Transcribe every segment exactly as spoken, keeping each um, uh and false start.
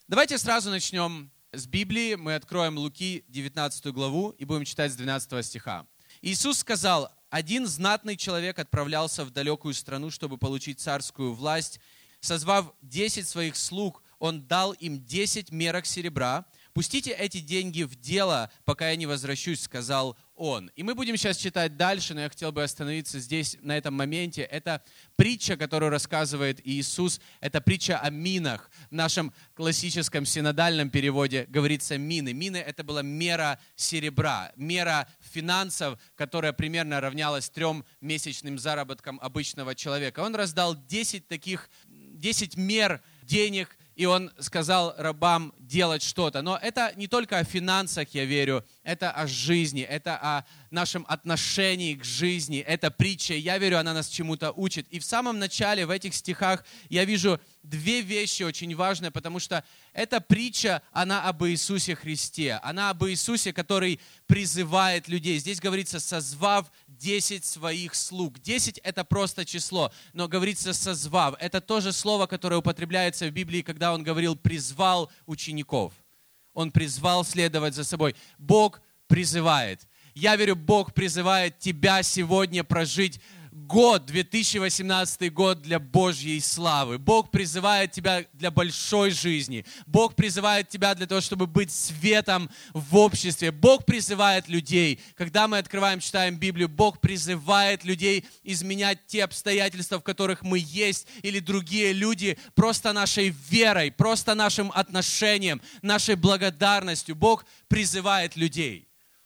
Давайте сразу начнем с Библии. Мы откроем Луки девятнадцатую главу и будем читать с двенадцатого стиха. Иисус сказал: «Один знатный человек отправлялся в далекую страну, чтобы получить царскую власть. Созвав десять своих слуг, он дал им десять мерок серебра. Пустите эти деньги в дело, пока я не возвращусь», сказал он. И мы будем сейчас читать дальше, но я хотел бы остановиться здесь, на этом моменте. Это притча, которую рассказывает Иисус. Это притча о минах. В нашем классическом синодальном переводе говорится мины. Мины — это была мера серебра, мера финансов, которая примерно равнялась трем месячным заработкам обычного человека. Он раздал десять таких, десять мер денег, и он сказал рабам делать что-то. Но это не только о финансах, я верю, это о жизни, это о нашем отношении к жизни. Это притча, я верю, она нас чему-то учит. И в самом начале, в этих стихах, я вижу две вещи очень важные, потому что эта притча, она об Иисусе Христе. Она об Иисусе, который призывает людей. Здесь говорится: созвав десять своих слуг. Десять — это просто число, но говорится созвав. Это тоже слово, которое употребляется в Библии, когда он говорил «призвал учеников». Он призвал следовать за собой. Бог призывает. Я верю, Бог призывает тебя сегодня прожить год, две тысячи восемнадцатый год для Божьей славы. Бог призывает тебя для большой жизни. Бог призывает тебя для того, чтобы быть светом в обществе. Бог призывает людей. Когда мы открываем, читаем Библию, Бог призывает людей изменять те обстоятельства, в которых мы есть, или другие люди, просто нашей верой, просто нашим отношением, нашей благодарностью. Бог призывает людей.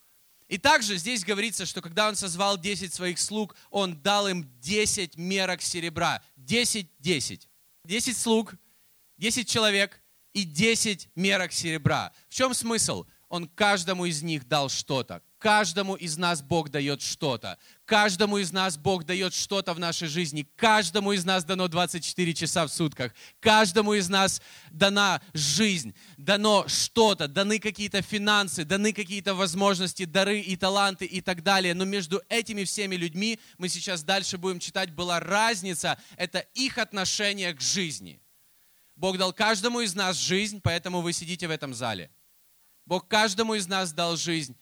И также здесь говорится, что когда он созвал десять своих слуг, он дал им десять мерок серебра. десять, десять. десять слуг, десять человек и десять мерок серебра. В чем смысл? Он каждому из них дал что-то. Каждому из нас Бог дает что-то. Каждому из нас Бог дает что-то в нашей жизни. Каждому из нас дано двадцать четыре часа в сутках. Каждому из нас дана жизнь, дано что-то, даны какие-то финансы, даны какие-то возможности, дары и таланты и так далее. Но между этими всеми людьми, мы сейчас дальше будем читать, была разница. Это их отношение к жизни. Бог дал каждому из нас жизнь, поэтому вы сидите в этом зале. Бог каждому из нас дал жизнь.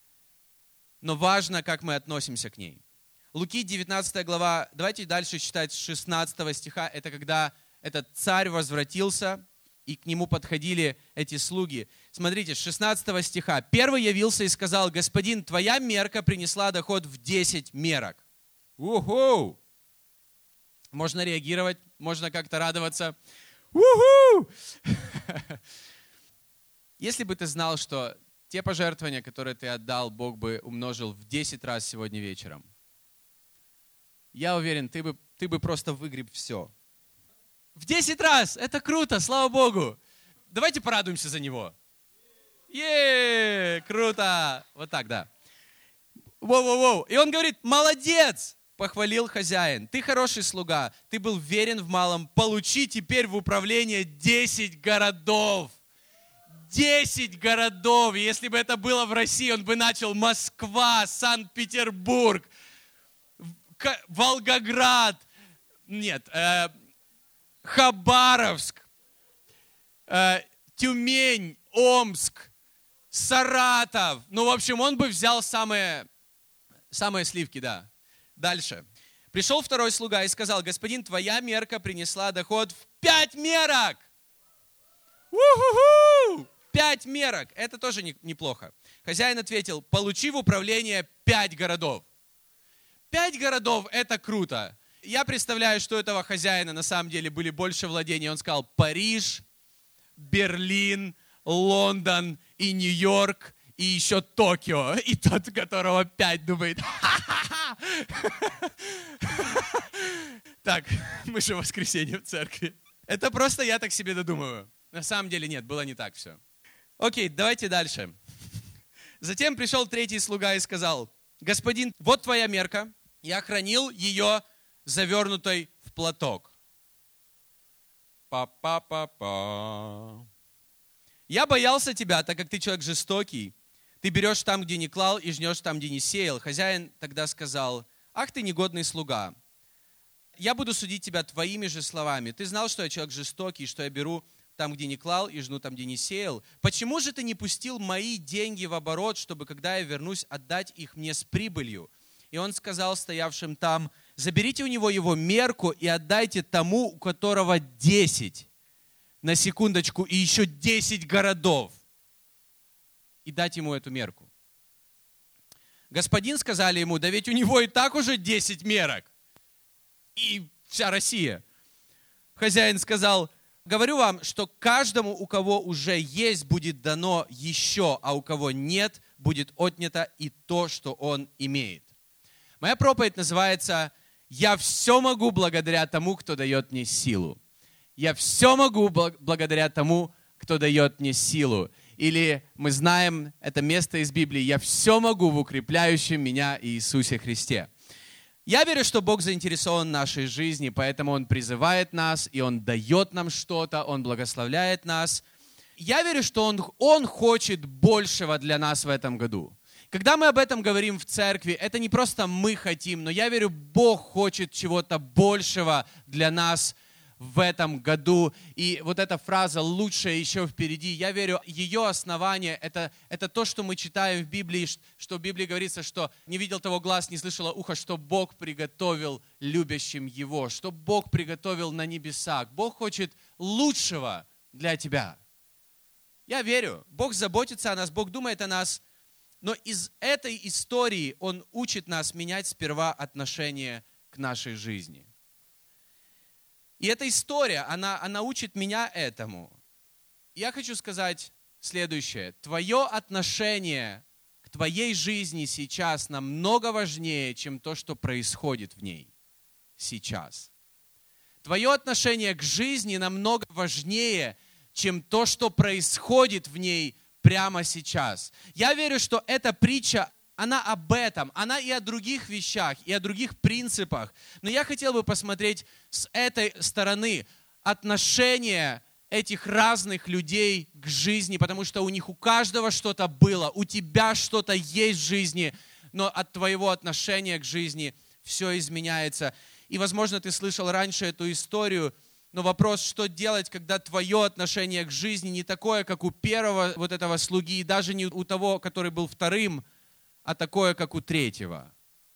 Но важно, как мы относимся к ней. Луки девятнадцатая глава, давайте дальше читать с шестнадцатого стиха. Это когда этот царь возвратился, и к нему подходили эти слуги. Смотрите, с шестнадцатого стиха. «Первый явился и сказал: господин, твоя мерка принесла доход в десять мерок». Уху! Можно реагировать, можно как-то радоваться. Уху! Если бы ты знал, что те пожертвования, которые ты отдал, Бог бы умножил в десять раз сегодня вечером, я уверен, ты бы, ты бы просто выгреб все. В десять раз! Это круто, слава Богу! Давайте порадуемся за него. Е, круто! Вот так, да. Воу-воу-воу. И он говорит: молодец! Похвалил хозяин. Ты хороший слуга, ты был верен в малом. Получи теперь в управление десять городов. Десять городов. Если бы это было в России, он бы начал Москва, Санкт-Петербург, Волгоград, нет, э, Хабаровск, э, Тюмень, Омск, Саратов. Ну, в общем, он бы взял самые, самые сливки, да. Дальше. Пришел второй слуга и сказал: господин, твоя мерка принесла доход в пять мерок. У-ху-ху! Пять мерок. Это тоже неплохо. Хозяин ответил: получи в управление пять городов. Пять городов – это круто. Я представляю, что у этого хозяина на самом деле были больше владений. Он сказал: Париж, Берлин, Лондон и Нью-Йорк, и еще Токио. И тот, у которого пять, думает: так, мы же в воскресенье в церкви. Это просто я так себе додумываю. На самом деле нет, было не так все. Окей, давайте дальше. Затем пришел третий слуга и сказал: господин, вот твоя мерка, я хранил ее завернутой в платок. Па-па-па-па. Я боялся тебя, так как ты человек жестокий. Ты берешь там, где не клал, и жнешь там, где не сеял. Хозяин тогда сказал: ах ты негодный слуга. Я буду судить тебя твоими же словами. Ты знал, что я человек жестокий, что я беру там, где не клал, и жну там, где не сеял? Почему же ты не пустил мои деньги в оборот, чтобы, когда я вернусь, отдать их мне с прибылью? И он сказал стоявшим там: заберите у него его мерку и отдайте тому, у которого десять. На секундочку, и еще десять городов. И дать ему эту мерку. Господин, сказали ему: да ведь у него и так уже десять мерок. И вся Россия. Хозяин сказал: говорю вам, что каждому, у кого уже есть, будет дано еще, а у кого нет, будет отнято и то, что он имеет. Моя проповедь называется «Я все могу благодаря тому, кто дает мне силу». Я все могу благодаря тому, кто дает мне силу. Или мы знаем это место из Библии: «Я все могу в укрепляющем меня Иисусе Христе». Я верю, что Бог заинтересован в нашей жизни, поэтому Он призывает нас, и Он дает нам что-то, Он благословляет нас. Я верю, что Он, Он хочет большего для нас в этом году. Когда мы об этом говорим в церкви, это не просто мы хотим, но я верю, Бог хочет чего-то большего для нас в этом году. И вот эта фраза «лучшее еще впереди», я верю, ее основание это, — это то, что мы читаем в Библии, что в Библии говорится, что не видел того глаз, не слышало ухо, что Бог приготовил любящим Его, что Бог приготовил на небесах. Бог хочет лучшего для тебя. Я верю, Бог заботится о нас, Бог думает о нас, но из этой истории Он учит нас менять сперва отношение к нашей жизни. И эта история, она, она учит меня этому. Я хочу сказать следующее. Твое отношение к твоей жизни сейчас намного важнее, чем то, что происходит в ней сейчас. Твое отношение к жизни намного важнее, чем то, что происходит в ней прямо сейчас. Я верю, что эта притча, она об этом, она и о других вещах, и о других принципах. Но я хотел бы посмотреть с этой стороны отношение этих разных людей к жизни, потому что у них у каждого что-то было, у тебя что-то есть в жизни, но от твоего отношения к жизни все изменяется. И, возможно, ты слышал раньше эту историю, но вопрос, что делать, когда твое отношение к жизни не такое, как у первого вот этого слуги, и даже не у того, который был вторым, а такое, как у третьего.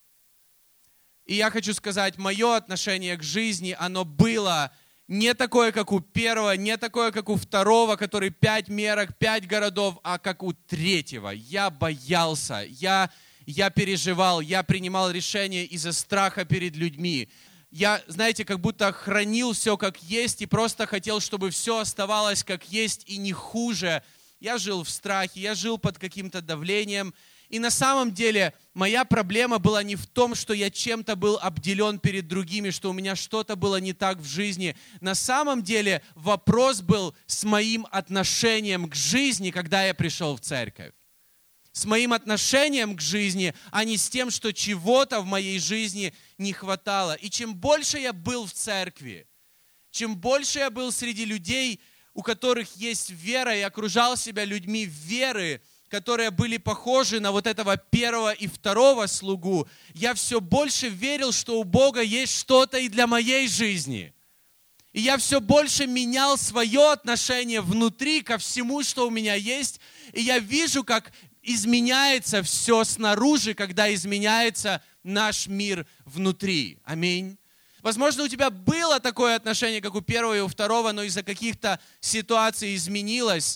И я хочу сказать, мое отношение к жизни, оно было не такое, как у первого, не такое, как у второго, который пять мерок, пять городов, а как у третьего. Я боялся, я, я переживал, я принимал решения из-за страха перед людьми. Я, знаете, как будто хранил все как есть и просто хотел, чтобы все оставалось как есть и не хуже. Я жил в страхе, я жил под каким-то давлением. И на самом деле моя проблема была не в том, что я чем-то был обделен перед другими, что у меня что-то было не так в жизни. На самом деле вопрос был с моим отношением к жизни, когда я пришел в церковь. С моим отношением к жизни, а не с тем, что чего-то в моей жизни не хватало. И чем больше я был в церкви, чем больше я был среди людей, у которых есть вера, и окружал себя людьми веры, которые были похожи на вот этого первого и второго слугу, я все больше верил, что у Бога есть что-то и для моей жизни. И я все больше менял свое отношение внутри ко всему, что у меня есть. И я вижу, как изменяется все снаружи, когда изменяется наш мир внутри. Аминь. Возможно, у тебя было такое отношение, как у первого и у второго, но из-за каких-то ситуаций изменилось.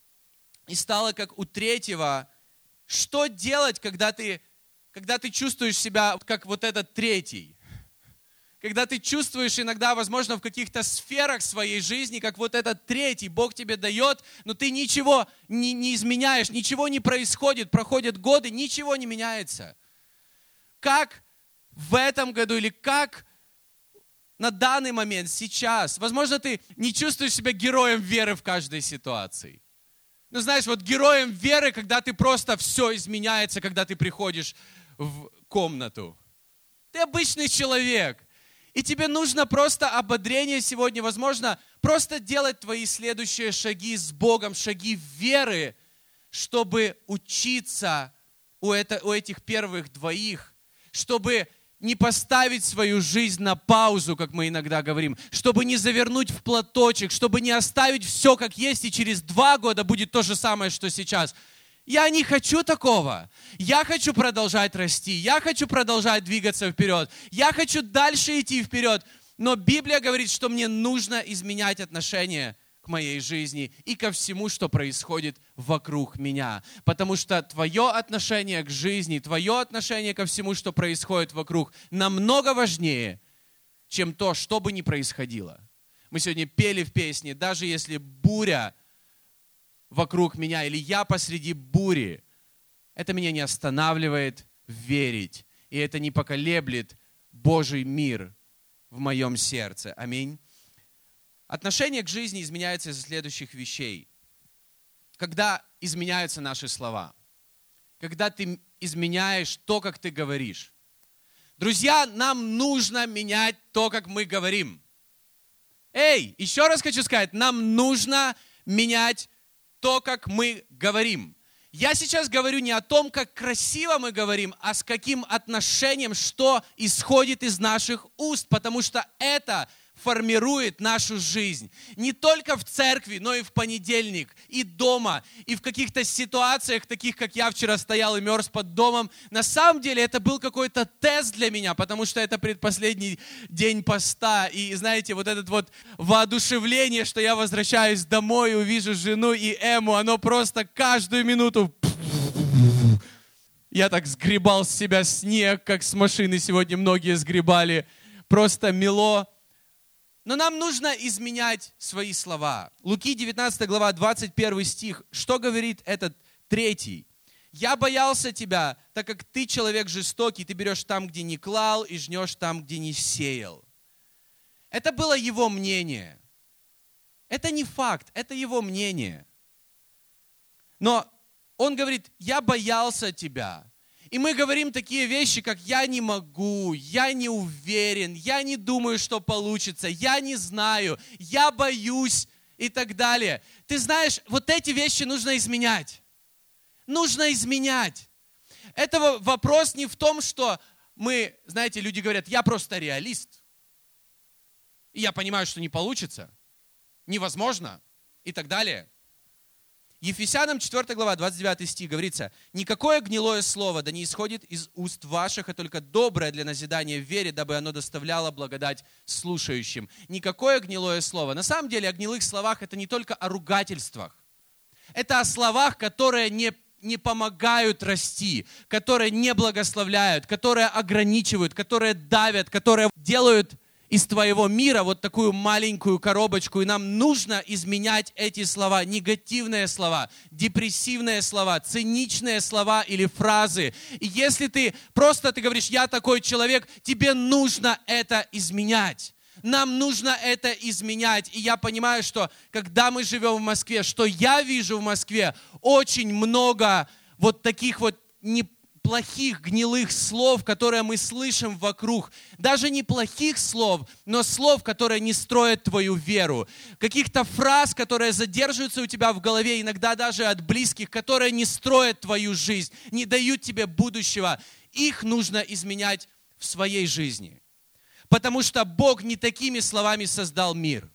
И стало как у третьего. Что делать, когда ты, когда ты чувствуешь себя как вот этот третий? Когда ты чувствуешь иногда, возможно, в каких-то сферах своей жизни, как вот этот третий, Бог тебе дает, но ты ничего не, не изменяешь, ничего не происходит, проходят годы, ничего не меняется. Как в этом году или как на данный момент, сейчас, возможно, ты не чувствуешь себя героем веры в каждой ситуации. Ну, знаешь, вот героем веры, когда ты просто все изменяется, когда ты приходишь в комнату. Ты обычный человек. И тебе нужно просто ободрение сегодня, возможно, просто делать твои следующие шаги с Богом, шаги веры, чтобы учиться у, это, у этих первых двоих, чтобы не поставить свою жизнь на паузу, как мы иногда говорим, чтобы не завернуть в платочек, чтобы не оставить все как есть, и через два года будет то же самое, что сейчас. Я не хочу такого. Я хочу продолжать расти. Я хочу продолжать двигаться вперед. Я хочу дальше идти вперед. Но Библия говорит, что мне нужно изменять отношение к моей жизни и ко всему, что происходит вокруг меня. Потому что твое отношение к жизни, твое отношение ко всему, что происходит вокруг, намного важнее, чем то, что бы ни происходило. Мы сегодня пели в песне, даже если буря вокруг меня, или я посреди бури, это меня не останавливает верить, и это не поколеблет Божий мир в моем сердце. Аминь. Отношение к жизни изменяется из-за следующих вещей. Когда изменяются наши слова, когда ты изменяешь то, как ты говоришь. Друзья, нам нужно менять то, как мы говорим. Эй, еще раз хочу сказать, нам нужно менять то, как мы говорим. Я сейчас говорю не о том, как красиво мы говорим, а с каким отношением, что исходит из наших уст, потому что это формирует нашу жизнь. Не только в церкви, но и в понедельник, и дома, и в каких-то ситуациях, таких, как я вчера стоял и мерз под домом. На самом деле это был какой-то тест для меня, потому что это предпоследний день поста. И знаете, вот это вот воодушевление, что я возвращаюсь домой и увижу жену и Эму, оно просто каждую минуту... Я так сгребал с себя снег, как с машины сегодня многие сгребали. Просто мело. Но нам нужно изменять свои слова. Луки девятнадцатая глава, двадцать первый стих. Что говорит этот третий? «Я боялся тебя, так как ты человек жестокий, ты берешь там, где не клал, и жнешь там, где не сеял». Это было его мнение. Это не факт, это его мнение. Но он говорит, я боялся тебя. И мы говорим такие вещи, как «я не могу», «я не уверен», «я не думаю, что получится», «я не знаю», «я боюсь» и так далее. Ты знаешь, вот эти вещи нужно изменять. Нужно изменять. Это вопрос не в том, что мы, знаете, люди говорят, я просто реалист. И я понимаю, что не получится, невозможно и так далее. Ефесянам четвёртая глава, двадцать девятый стих говорится, «Никакое гнилое слово да не исходит из уст ваших, а только доброе для назидания в вере, дабы оно доставляло благодать слушающим». Никакое гнилое слово. На самом деле о гнилых словах это не только о ругательствах. Это о словах, которые не, не помогают расти, которые не благословляют, которые ограничивают, которые давят, которые делают из твоего мира вот такую маленькую коробочку, и нам нужно изменять эти слова, негативные слова, депрессивные слова, циничные слова или фразы. И если ты просто ты говоришь, я такой человек, тебе нужно это изменять. Нам нужно это изменять. И я понимаю, что когда мы живем в Москве, что я вижу в Москве, очень много вот таких вот не плохих, гнилых слов, которые мы слышим вокруг. Даже не плохих слов, но слов, которые не строят твою веру. Каких-то фраз, которые задерживаются у тебя в голове, иногда даже от близких, которые не строят твою жизнь, не дают тебе будущего. Их нужно изменять в своей жизни. Потому что Бог не такими словами создал мир.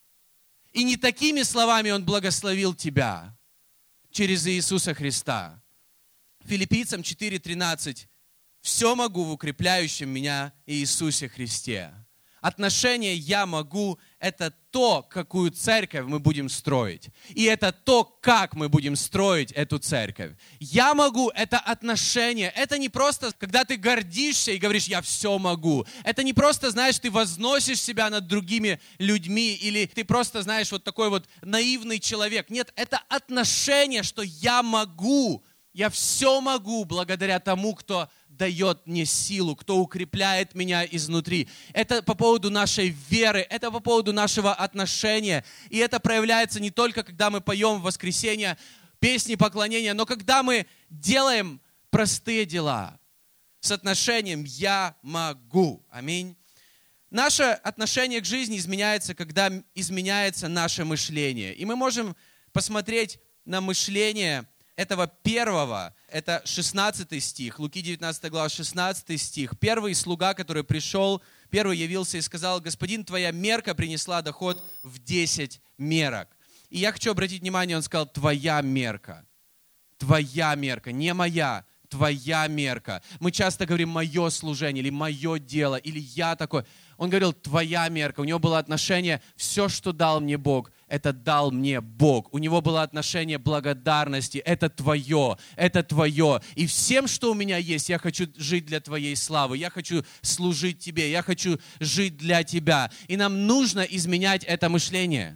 И не такими словами Он благословил тебя через Иисуса Христа. Филиппийцам четыре тринадцать. «Все могу в укрепляющем меня Иисусе Христе». Отношение «я могу» — это то, какую церковь мы будем строить. И это то, как мы будем строить эту церковь. «Я могу» — это отношение. Это не просто, когда ты гордишься и говоришь «я все могу». Это не просто, знаешь, ты возносишь себя над другими людьми, или ты просто, знаешь, вот такой вот наивный человек. Нет, это отношение, что «я могу». Я все могу благодаря тому, кто дает мне силу, кто укрепляет меня изнутри. Это по поводу нашей веры, это по поводу нашего отношения. И это проявляется не только, когда мы поем в воскресенье песни поклонения, но когда мы делаем простые дела с отношением «я могу». Аминь. Наше отношение к жизни изменяется, когда изменяется наше мышление. И мы можем посмотреть на мышление этого первого, это шестнадцатый стих, Луки девятнадцатая глава, шестнадцатый стих. Первый слуга, который пришел, первый явился и сказал: «Господин, твоя мерка принесла доход в десять мерок». И я хочу обратить внимание, он сказал: «Твоя мерка». Твоя мерка, не моя, твоя мерка. Мы часто говорим «мое служение» или «мое дело», или «я такой». Он говорил: твоя мерка. У него было отношение: все, что дал мне Бог, это дал мне Бог. У него было отношение благодарности: это твое, это твое. И всем, что у меня есть, я хочу жить для твоей славы, я хочу служить тебе, я хочу жить для тебя. И нам нужно изменять это мышление.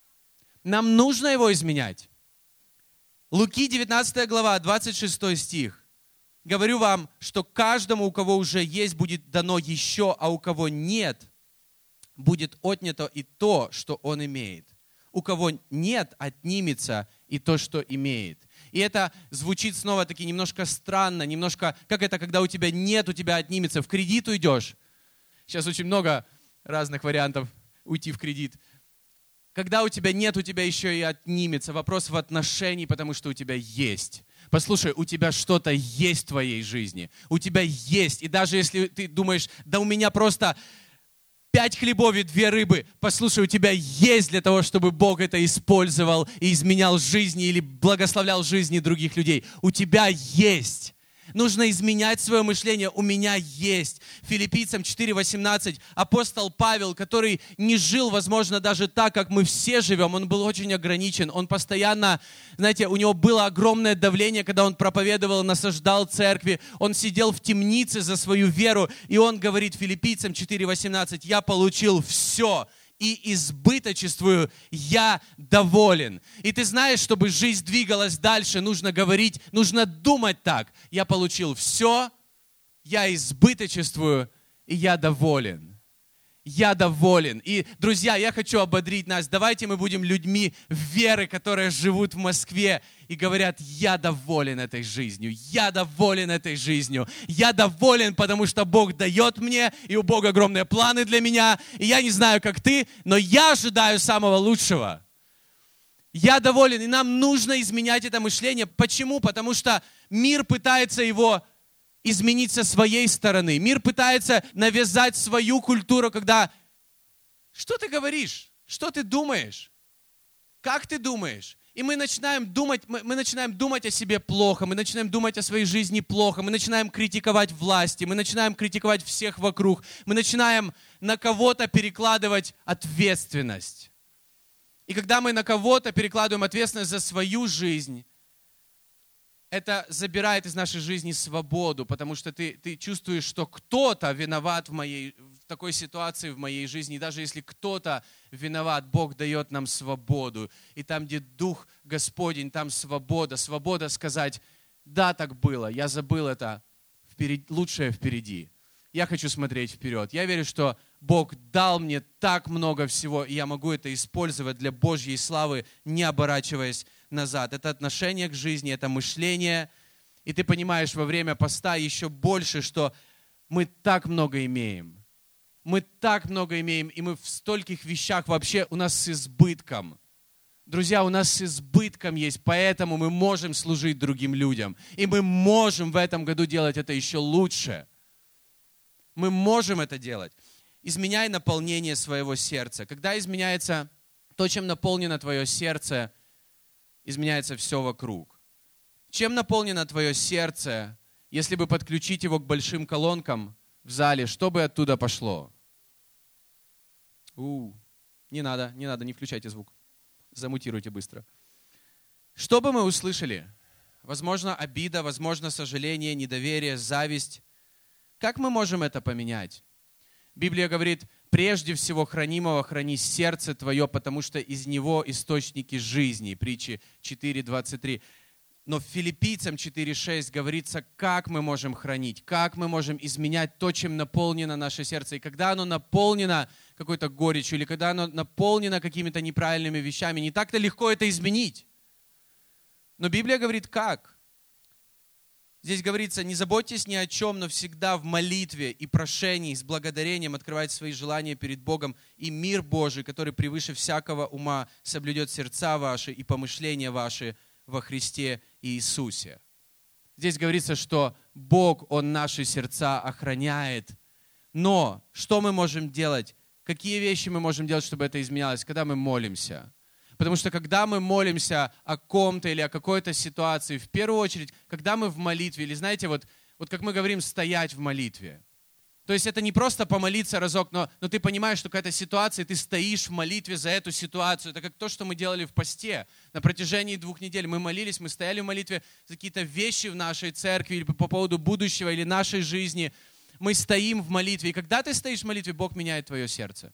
Нам нужно его изменять. Луки девятнадцатая глава, двадцать шестой стих. Говорю вам, что каждому, у кого уже есть, будет дано еще, а у кого нет, будет отнято и то, что он имеет. У кого нет, отнимется и то, что имеет. И это звучит снова-таки немножко странно, немножко, как это, когда у тебя нет, у тебя отнимется. В кредит уйдешь. Сейчас очень много разных вариантов уйти в кредит. Когда у тебя нет, у тебя еще и отнимется. Вопрос в отношении, потому что у тебя есть. Послушай, у тебя что-то есть в твоей жизни. У тебя есть. И даже если ты думаешь: да у меня просто пять хлебов и две рыбы. Послушай, у тебя есть для того, чтобы Бог это использовал и изменял жизни или благословлял жизни других людей. У тебя есть. Нужно изменять свое мышление. У меня есть. Филиппийцам четыре восемнадцать апостол Павел, который не жил, возможно, даже так, как мы все живем, он был очень ограничен. Он постоянно, знаете, у него было огромное давление, когда он проповедовал, насаждал церкви. Он сидел в темнице за свою веру. И он говорит Филиппийцам четыре восемнадцать: «Я получил все и избыточествую, я доволен». И ты знаешь, чтобы жизнь двигалась дальше, нужно говорить, нужно думать так: я получил все, я избыточествую, и я доволен. Я доволен. И, друзья, я хочу ободрить нас. Давайте мы будем людьми веры, которые живут в Москве и говорят: я доволен этой жизнью, я доволен этой жизнью, я доволен, потому что Бог дает мне, и у Бога огромные планы для меня. И я не знаю, как ты, но я ожидаю самого лучшего. Я доволен, и нам нужно изменять это мышление. Почему? Потому что мир пытается его изменить со своей стороны. Мир пытается навязать свою культуру, когда: что ты говоришь? Что ты думаешь? Как ты думаешь? И мы начинаем думать, мы, мы начинаем думать о себе плохо, мы начинаем думать о своей жизни плохо, мы начинаем критиковать власти, мы начинаем критиковать всех вокруг, мы начинаем на кого-то перекладывать ответственность. И когда мы на кого-то перекладываем ответственность за свою жизнь, это забирает из нашей жизни свободу, потому что ты, ты чувствуешь, что кто-то виноват в, моей, в такой ситуации в моей жизни. И даже если кто-то виноват, Бог дает нам свободу. И там, где Дух Господень, там свобода. Свобода сказать: да, так было, я забыл это, впереди, лучшее впереди. Я хочу смотреть вперед. Я верю, что Бог дал мне так много всего, и я могу это использовать для Божьей славы, не оборачиваясь назад. Это отношение к жизни, это мышление. И ты понимаешь во время поста еще больше, что мы так много имеем. Мы так много имеем, и мы в стольких вещах вообще у нас с избытком. Друзья, у нас с избытком есть, поэтому мы можем служить другим людям. И мы можем в этом году делать это еще лучше. Мы можем это делать. Изменяй наполнение своего сердца. Когда изменяется то, чем наполнено твое сердце, изменяется все вокруг. Чем наполнено твое сердце, если бы подключить его к большим колонкам в зале, что бы оттуда пошло? У, не надо, не надо, не включайте звук. Замутируйте быстро. Что бы мы услышали? Возможно, обида, возможно, сожаление, недоверие, зависть. Как мы можем это поменять? Библия говорит: прежде всего хранимого храни сердце твое, потому что из него источники жизни. Притчи четыре двадцать три. Но в Филиппийцам четыре шесть говорится, как мы можем хранить, как мы можем изменять то, чем наполнено наше сердце. И когда оно наполнено какой-то горечью, или когда оно наполнено какими-то неправильными вещами, не так-то легко это изменить. Но Библия говорит, как? Здесь говорится: не заботьтесь ни о чем, но всегда в молитве и прошении с благодарением открывайте свои желания перед Богом, и мир Божий, который превыше всякого ума, соблюдет сердца ваши и помышления ваши во Христе Иисусе. Здесь говорится, что Бог, Он наши сердца охраняет. Но что мы можем делать? Какие вещи мы можем делать, чтобы это изменялось? Когда мы молимся. Потому что когда мы молимся о ком-то или о какой-то ситуации, в первую очередь, когда мы в молитве, или знаете, вот, вот как мы говорим, стоять в молитве. То есть это не просто помолиться разок, но, но ты понимаешь, что какая-то ситуация, и ты стоишь в молитве за эту ситуацию. Это как то, что мы делали в посте. На протяжении двух недель мы молились, мы стояли в молитве за какие-то вещи в нашей церкви, или по поводу будущего, или нашей жизни. Мы стоим в молитве. И когда ты стоишь в молитве, Бог меняет твое сердце.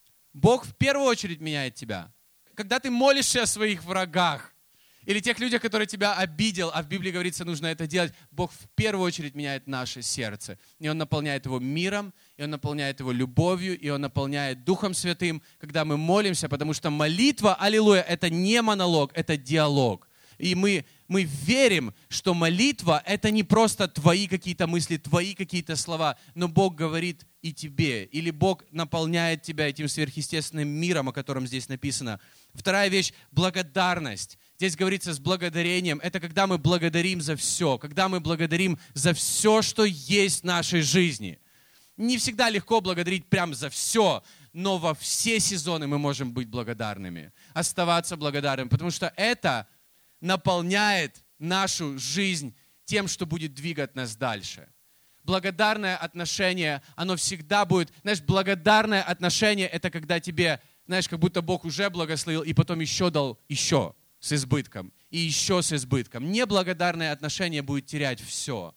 Бог в первую очередь меняет тебя. Когда ты молишься о своих врагах, или тех людях, которые тебя обидел, а в Библии говорится, нужно это делать, Бог в первую очередь меняет наше сердце. И Он наполняет его миром, и Он наполняет его любовью, и Он наполняет Духом Святым, когда мы молимся, потому что молитва, аллилуйя, это не монолог, это диалог. И мы, мы верим, что молитва — это не просто твои какие-то мысли, твои какие-то слова, но Бог говорит и тебе, или Бог наполняет тебя этим сверхъестественным миром, о котором здесь написано. Вторая вещь — благодарность. Здесь говорится с благодарением. Это когда мы благодарим за все, когда мы благодарим за все, что есть в нашей жизни. Не всегда легко благодарить прям за все, но во все сезоны мы можем быть благодарными, оставаться благодарными, потому что это наполняет нашу жизнь тем, что будет двигать нас дальше. Благодарное отношение, оно всегда будет, знаешь, благодарное отношение — это когда тебе, знаешь, как будто Бог уже благословил и потом еще дал еще с избытком и еще с избытком. Неблагодарное отношение будет терять все.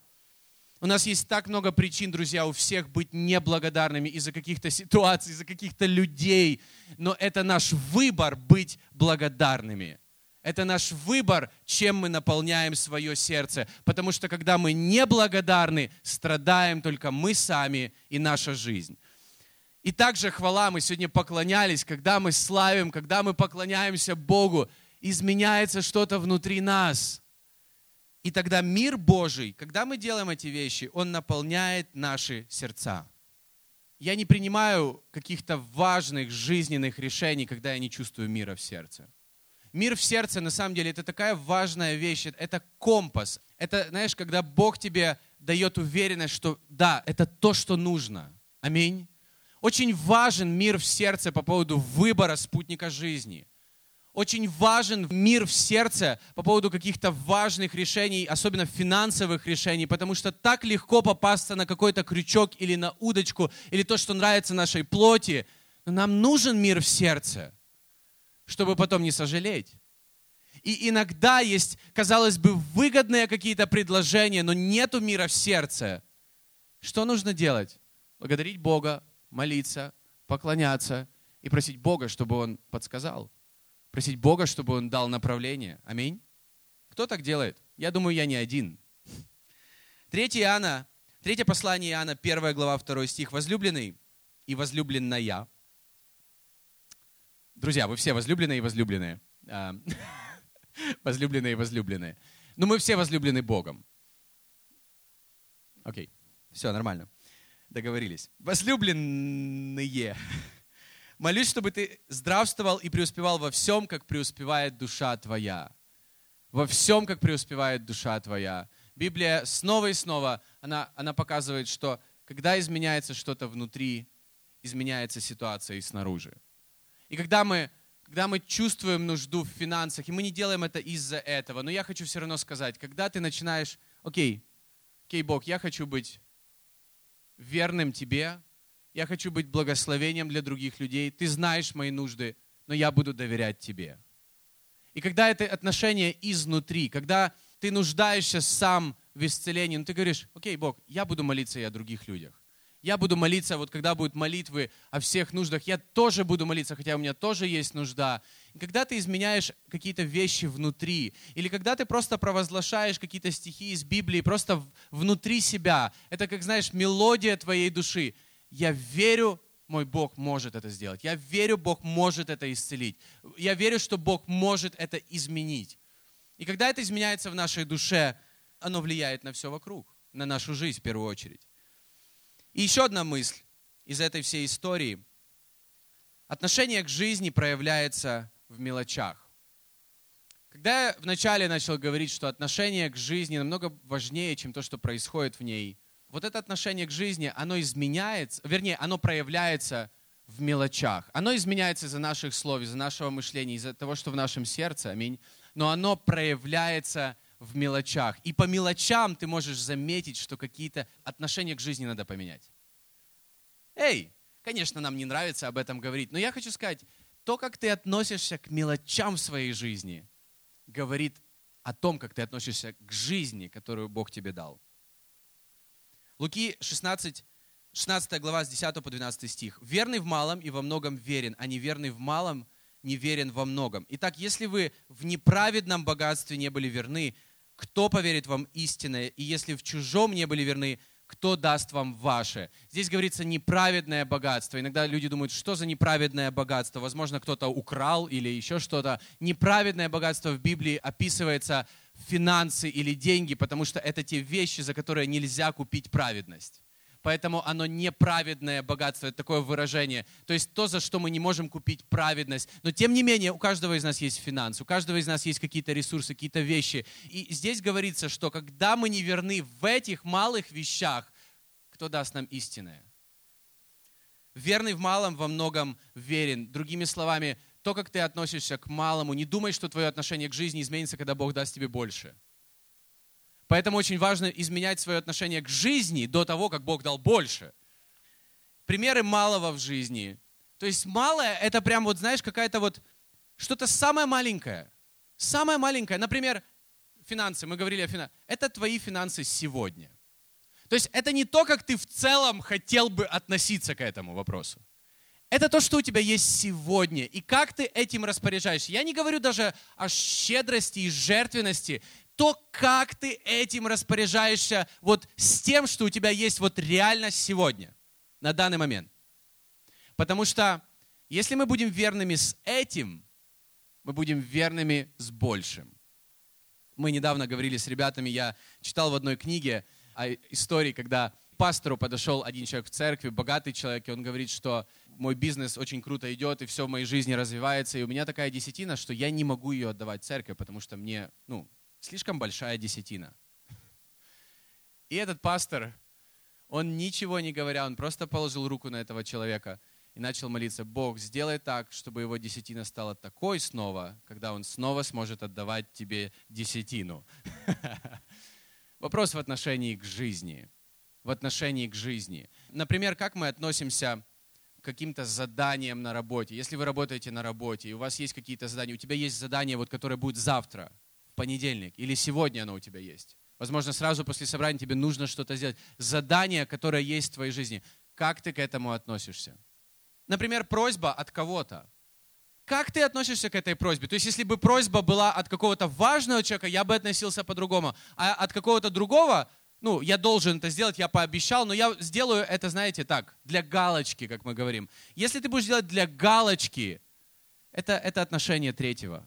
У нас есть так много причин, друзья, у всех быть неблагодарными из-за каких-то ситуаций, из-за каких-то людей, но это наш выбор быть благодарными. Это наш выбор, чем мы наполняем свое сердце. Потому что когда мы неблагодарны, страдаем только мы сами и наша жизнь. И также хвала, мы сегодня поклонялись, когда мы славим, когда мы поклоняемся Богу, изменяется что-то внутри нас. И тогда мир Божий, когда мы делаем эти вещи, Он наполняет наши сердца. Я не принимаю каких-то важных жизненных решений, когда я не чувствую мира в сердце. Мир в сердце, на самом деле, это такая важная вещь, это компас. Это, знаешь, когда Бог тебе дает уверенность, что да, это то, что нужно. Аминь. Очень важен мир в сердце по поводу выбора спутника жизни. Очень важен мир в сердце по поводу каких-то важных решений, особенно финансовых решений, потому что так легко попасться на какой-то крючок или на удочку, или то, что нравится нашей плоти. Но нам нужен мир в сердце, чтобы потом не сожалеть. И иногда есть, казалось бы, выгодные какие-то предложения, но нету мира в сердце. Что нужно делать? Благодарить Бога, молиться, поклоняться и просить Бога, чтобы Он подсказал. Просить Бога, чтобы Он дал направление. Аминь. Кто так делает? Я думаю, я не один. Третье Иоанна, третье послание Иоанна, первая глава, второй стих. Возлюбленный и возлюбленная. Друзья, вы все возлюбленные и возлюбленные. Возлюбленные и возлюбленные. Но мы все возлюблены Богом. Окей, все нормально. Договорились. Возлюбленные. Молюсь, чтобы ты здравствовал и преуспевал во всем, как преуспевает душа твоя. Во всем, как преуспевает душа твоя. Библия снова и снова, она, она показывает, что когда изменяется что-то внутри, изменяется ситуация и снаружи. И когда мы, когда мы чувствуем нужду в финансах, и мы не делаем это из-за этого, но я хочу все равно сказать, когда ты начинаешь, окей, окей, Бог, я хочу быть верным Тебе, я хочу быть благословением для других людей. Ты знаешь мои нужды, но я буду доверять Тебе. И когда это отношение изнутри, когда ты нуждаешься сам в исцелении, ну ты говоришь, окей, Бог, я буду молиться и о других людях. Я буду молиться, вот когда будут молитвы о всех нуждах, я тоже буду молиться, хотя у меня тоже есть нужда. И когда ты изменяешь какие-то вещи внутри, или когда ты просто провозглашаешь какие-то стихи из Библии просто внутри себя, это, как знаешь, мелодия твоей души. Я верю, мой Бог может это сделать. Я верю, Бог может это исцелить. Я верю, что Бог может это изменить. И когда это изменяется в нашей душе, оно влияет на все вокруг, на нашу жизнь в первую очередь. И еще одна мысль из этой всей истории. Отношение к жизни проявляется в мелочах. Когда я вначале начал говорить, что отношение к жизни намного важнее, чем то, что происходит в ней, вот это отношение к жизни, оно изменяется, вернее, оно проявляется в мелочах. Оно изменяется из-за наших слов, из-за нашего мышления, из-за того, что в нашем сердце, аминь. Но оно проявляется в мелочах. И по мелочам ты можешь заметить, что какие-то отношения к жизни надо поменять. Эй, конечно, нам не нравится об этом говорить, но я хочу сказать, то, как ты относишься к мелочам в своей жизни, говорит о том, как ты относишься к жизни, которую Бог тебе дал. Луки шестнадцать, шестнадцатая глава с десятого по двенадцатый стих. «Верный в малом и во многом верен, а неверный в малом не верен во многом. Итак, если вы в неправедном богатстве не были верны, кто поверит вам истинное? И если в чужом не были верны, кто даст вам ваше?» Здесь говорится неправедное богатство. Иногда люди думают, что за неправедное богатство? Возможно, кто-то украл или еще что-то. Неправедное богатство в Библии описывается финансы или деньги, потому что это те вещи, за которые нельзя купить праведность. Поэтому оно неправедное богатство, это такое выражение. То есть то, за что мы не можем купить праведность. Но тем не менее, у каждого из нас есть финансы, у каждого из нас есть какие-то ресурсы, какие-то вещи. И здесь говорится, что когда мы не верны в этих малых вещах, кто даст нам истинное? Верный в малом во многом верен. Другими словами, то, как ты относишься к малому, не думай, что твое отношение к жизни изменится, когда Бог даст тебе больше. Поэтому очень важно изменять свое отношение к жизни до того, как Бог дал больше. Примеры малого в жизни. То есть малое, это прям вот, знаешь, какая-то вот, что-то самое маленькое. Самое маленькое. Например, финансы. Мы говорили о финансах. Это твои финансы сегодня. То есть это не то, как ты в целом хотел бы относиться к этому вопросу. Это то, что у тебя есть сегодня. И как ты этим распоряжаешься. Я не говорю даже о щедрости и жертвенности. То, как ты этим распоряжаешься вот с тем, что у тебя есть вот реально сегодня, на данный момент. Потому что если мы будем верными с этим, мы будем верными с большим. Мы недавно говорили с ребятами, я читал в одной книге о истории, когда к пастору подошел один человек в церкви, богатый человек, и он говорит, что мой бизнес очень круто идет, и все в моей жизни развивается, и у меня такая десятина, что я не могу ее отдавать церкви, потому что мне, ну, слишком большая десятина. И этот пастор, он ничего не говоря, он просто положил руку на этого человека и начал молиться: Бог, сделай так, чтобы его десятина стала такой снова, когда он снова сможет отдавать тебе десятину. Вопрос в отношении к жизни. В отношении к жизни. Например, как мы относимся к каким-то заданиям на работе. Если вы работаете на работе, и у вас есть какие-то задания, у тебя есть задание, вот, которое будет завтра, в понедельник, или сегодня оно у тебя есть. Возможно, сразу после собрания тебе нужно что-то сделать. Задание, которое есть в твоей жизни. Как ты к этому относишься? Например, просьба от кого-то. Как ты относишься к этой просьбе? То есть, если бы просьба была от какого-то важного человека, я бы относился по-другому. А от какого-то другого, ну, я должен это сделать, я пообещал, но я сделаю это, знаете, так, для галочки, как мы говорим. Если ты будешь делать для галочки, это, это отношение третьего,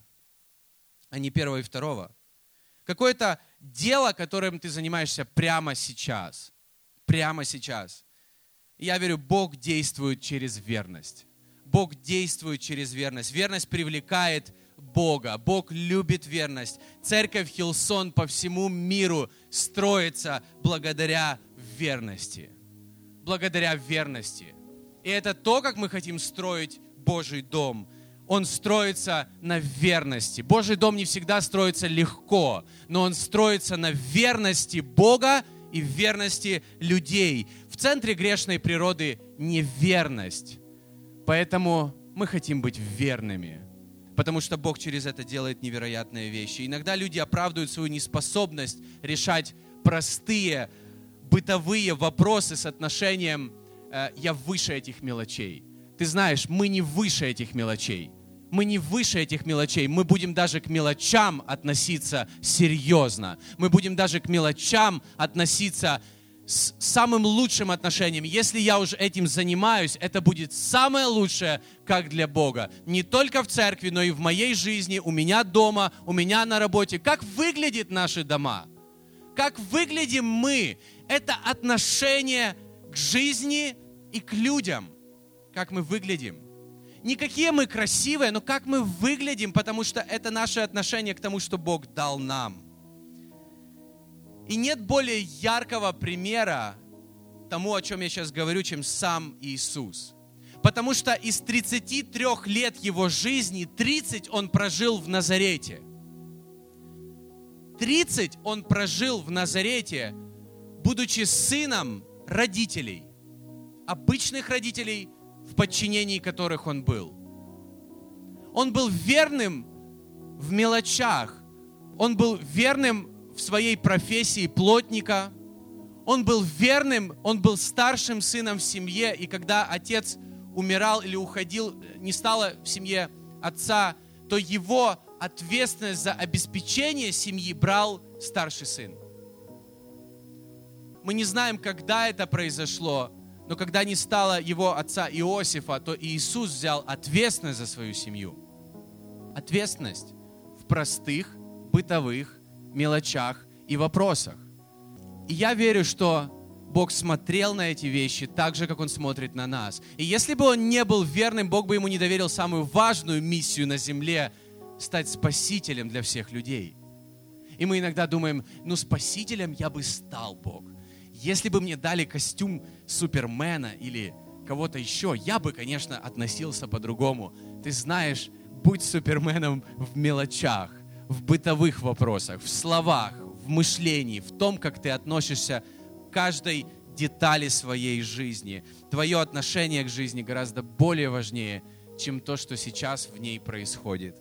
а не первого и второго. Какое-то дело, которым ты занимаешься прямо сейчас. Прямо сейчас. Я верю, Бог действует через верность. Бог действует через верность. Верность привлекает Бога. Бог любит верность. Церковь Хиллсон по всему миру строится благодаря верности. Благодаря верности. И это то, как мы хотим строить Божий дом. Он строится на верности. Божий дом не всегда строится легко, но он строится на верности Бога и верности людей. В центре грешной природы неверность. Поэтому мы хотим быть верными, потому что Бог через это делает невероятные вещи. Иногда люди оправдывают свою неспособность решать простые бытовые вопросы с отношением э, «я выше этих мелочей». Ты знаешь, мы не выше этих мелочей. Мы не выше этих мелочей. Мы будем даже к мелочам относиться серьезно. Мы будем даже к мелочам относиться с самым лучшим отношением. Если я уже этим занимаюсь, это будет самое лучшее, как для Бога. Не только в церкви, но и в моей жизни, у меня дома, у меня на работе. Как выглядят наши дома? Как выглядим мы? Это отношение к жизни и к людям. Как мы выглядим. не какие мы красивые, но как мы выглядим, потому что это наше отношение к тому, что Бог дал нам. И нет более яркого примера тому, о чем я сейчас говорю, чем сам Иисус. Потому что из тридцати трёх лет его жизни, тридцать он прожил в Назарете. тридцать он прожил в Назарете, будучи сыном родителей, обычных родителей, в подчинении которых он был. Он был верным в мелочах. Он был верным в своей профессии плотника. Он был верным, он был старшим сыном в семье. И когда отец умирал или уходил, не стало в семье отца, то его ответственность за обеспечение семьи брал старший сын. Мы не знаем, когда это произошло, но когда не стало его отца Иосифа, то Иисус взял ответственность за свою семью. Ответственность в простых, бытовых мелочах и вопросах. И я верю, что Бог смотрел на эти вещи так же, как Он смотрит на нас. И если бы Он не был верным, Бог бы ему не доверил самую важную миссию на земле — стать спасителем для всех людей. И мы иногда думаем, ну спасителем я бы стал, Бог. Если бы мне дали костюм Супермена или кого-то еще, я бы, конечно, относился по-другому. Ты знаешь, будь Суперменом в мелочах, в бытовых вопросах, в словах, в мышлении, в том, как ты относишься к каждой детали своей жизни. Твое отношение к жизни гораздо более важнее, чем то, что сейчас в ней происходит.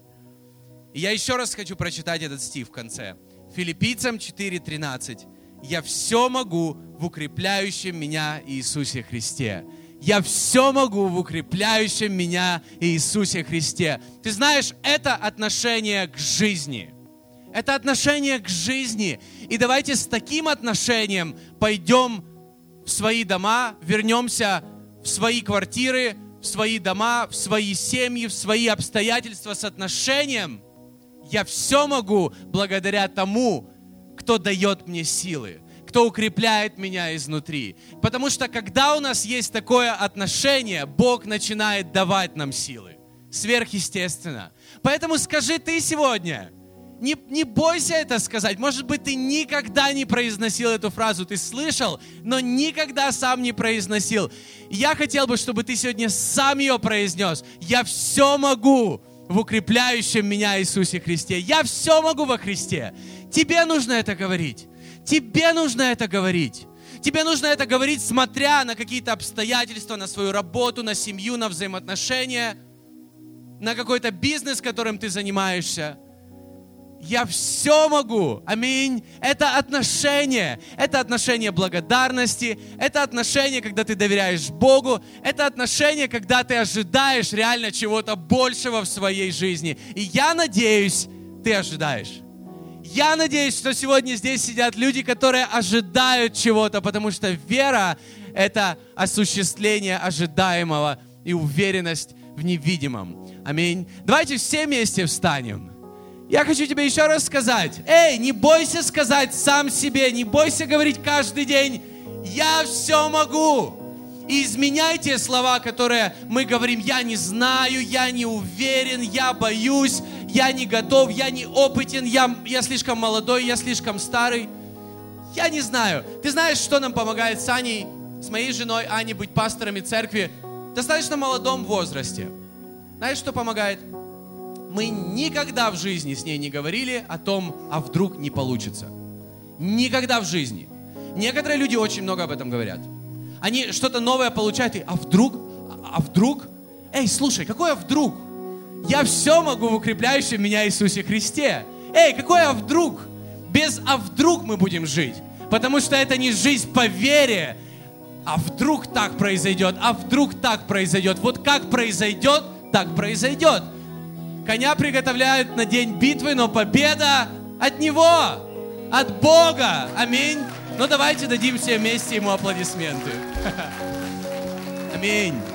И я еще раз хочу прочитать этот стих в конце. Филиппийцам четыре тринадцать. «Я все могу в укрепляющем меня Иисусе Христе». Я все могу в укрепляющем меня Иисусе Христе. Ты знаешь, это отношение к жизни. Это отношение к жизни. И давайте с таким отношением пойдем в свои дома, вернемся в свои квартиры, в свои дома, в свои семьи, в свои обстоятельства с отношением. Я все могу благодаря тому, кто дает мне силы, кто укрепляет меня изнутри. Потому что когда у нас есть такое отношение, Бог начинает давать нам силы. Сверхъестественно. Поэтому скажи ты сегодня, не, не бойся это сказать. Может быть, ты никогда не произносил эту фразу, ты слышал, но никогда сам не произносил. Я хотел бы, чтобы ты сегодня сам ее произнес. Я все могу в укрепляющем меня Иисусе Христе. Я все могу во Христе. Тебе нужно это говорить. Тебе нужно это говорить. Тебе нужно это говорить, смотря на какие-то обстоятельства, на свою работу, на семью, на взаимоотношения, на какой-то бизнес, которым ты занимаешься. Я все могу. Аминь. Это отношение. Это отношение благодарности. Это отношение, когда ты доверяешь Богу. Это отношение, когда ты ожидаешь реально чего-то большего в своей жизни. И я надеюсь, ты ожидаешь. Я надеюсь, что сегодня здесь сидят люди, которые ожидают чего-то, потому что вера — это осуществление ожидаемого и уверенность в невидимом. Аминь. Давайте все вместе встанем. Я хочу тебе еще раз сказать. Эй, не бойся сказать сам себе, не бойся говорить каждый день: «Я все могу». И изменяй те слова, которые мы говорим: «Я не знаю, я не уверен, я боюсь, я не готов, я не опытен, я, я слишком молодой, я слишком старый». Я не знаю. Ты знаешь, что нам помогает с Аней, с моей женой Аней, быть пасторами церкви в достаточно молодом возрасте? Знаешь, что помогает? Мы никогда в жизни с ней не говорили о том, а вдруг не получится. Никогда в жизни. Некоторые люди очень много об этом говорят. Они что-то новое получают, и а вдруг? А вдруг? Эй, слушай, какое вдруг? Я все могу в укрепляющем меня Иисусе Христе. Эй, какое а вдруг? Без а вдруг мы будем жить. Потому что это не жизнь по вере. А вдруг так произойдет? А вдруг так произойдет? Вот как произойдет, так произойдет. Коня приготовляют на день битвы, но победа от Него, от Бога. Аминь. Ну давайте дадим все вместе Ему аплодисменты. Аминь.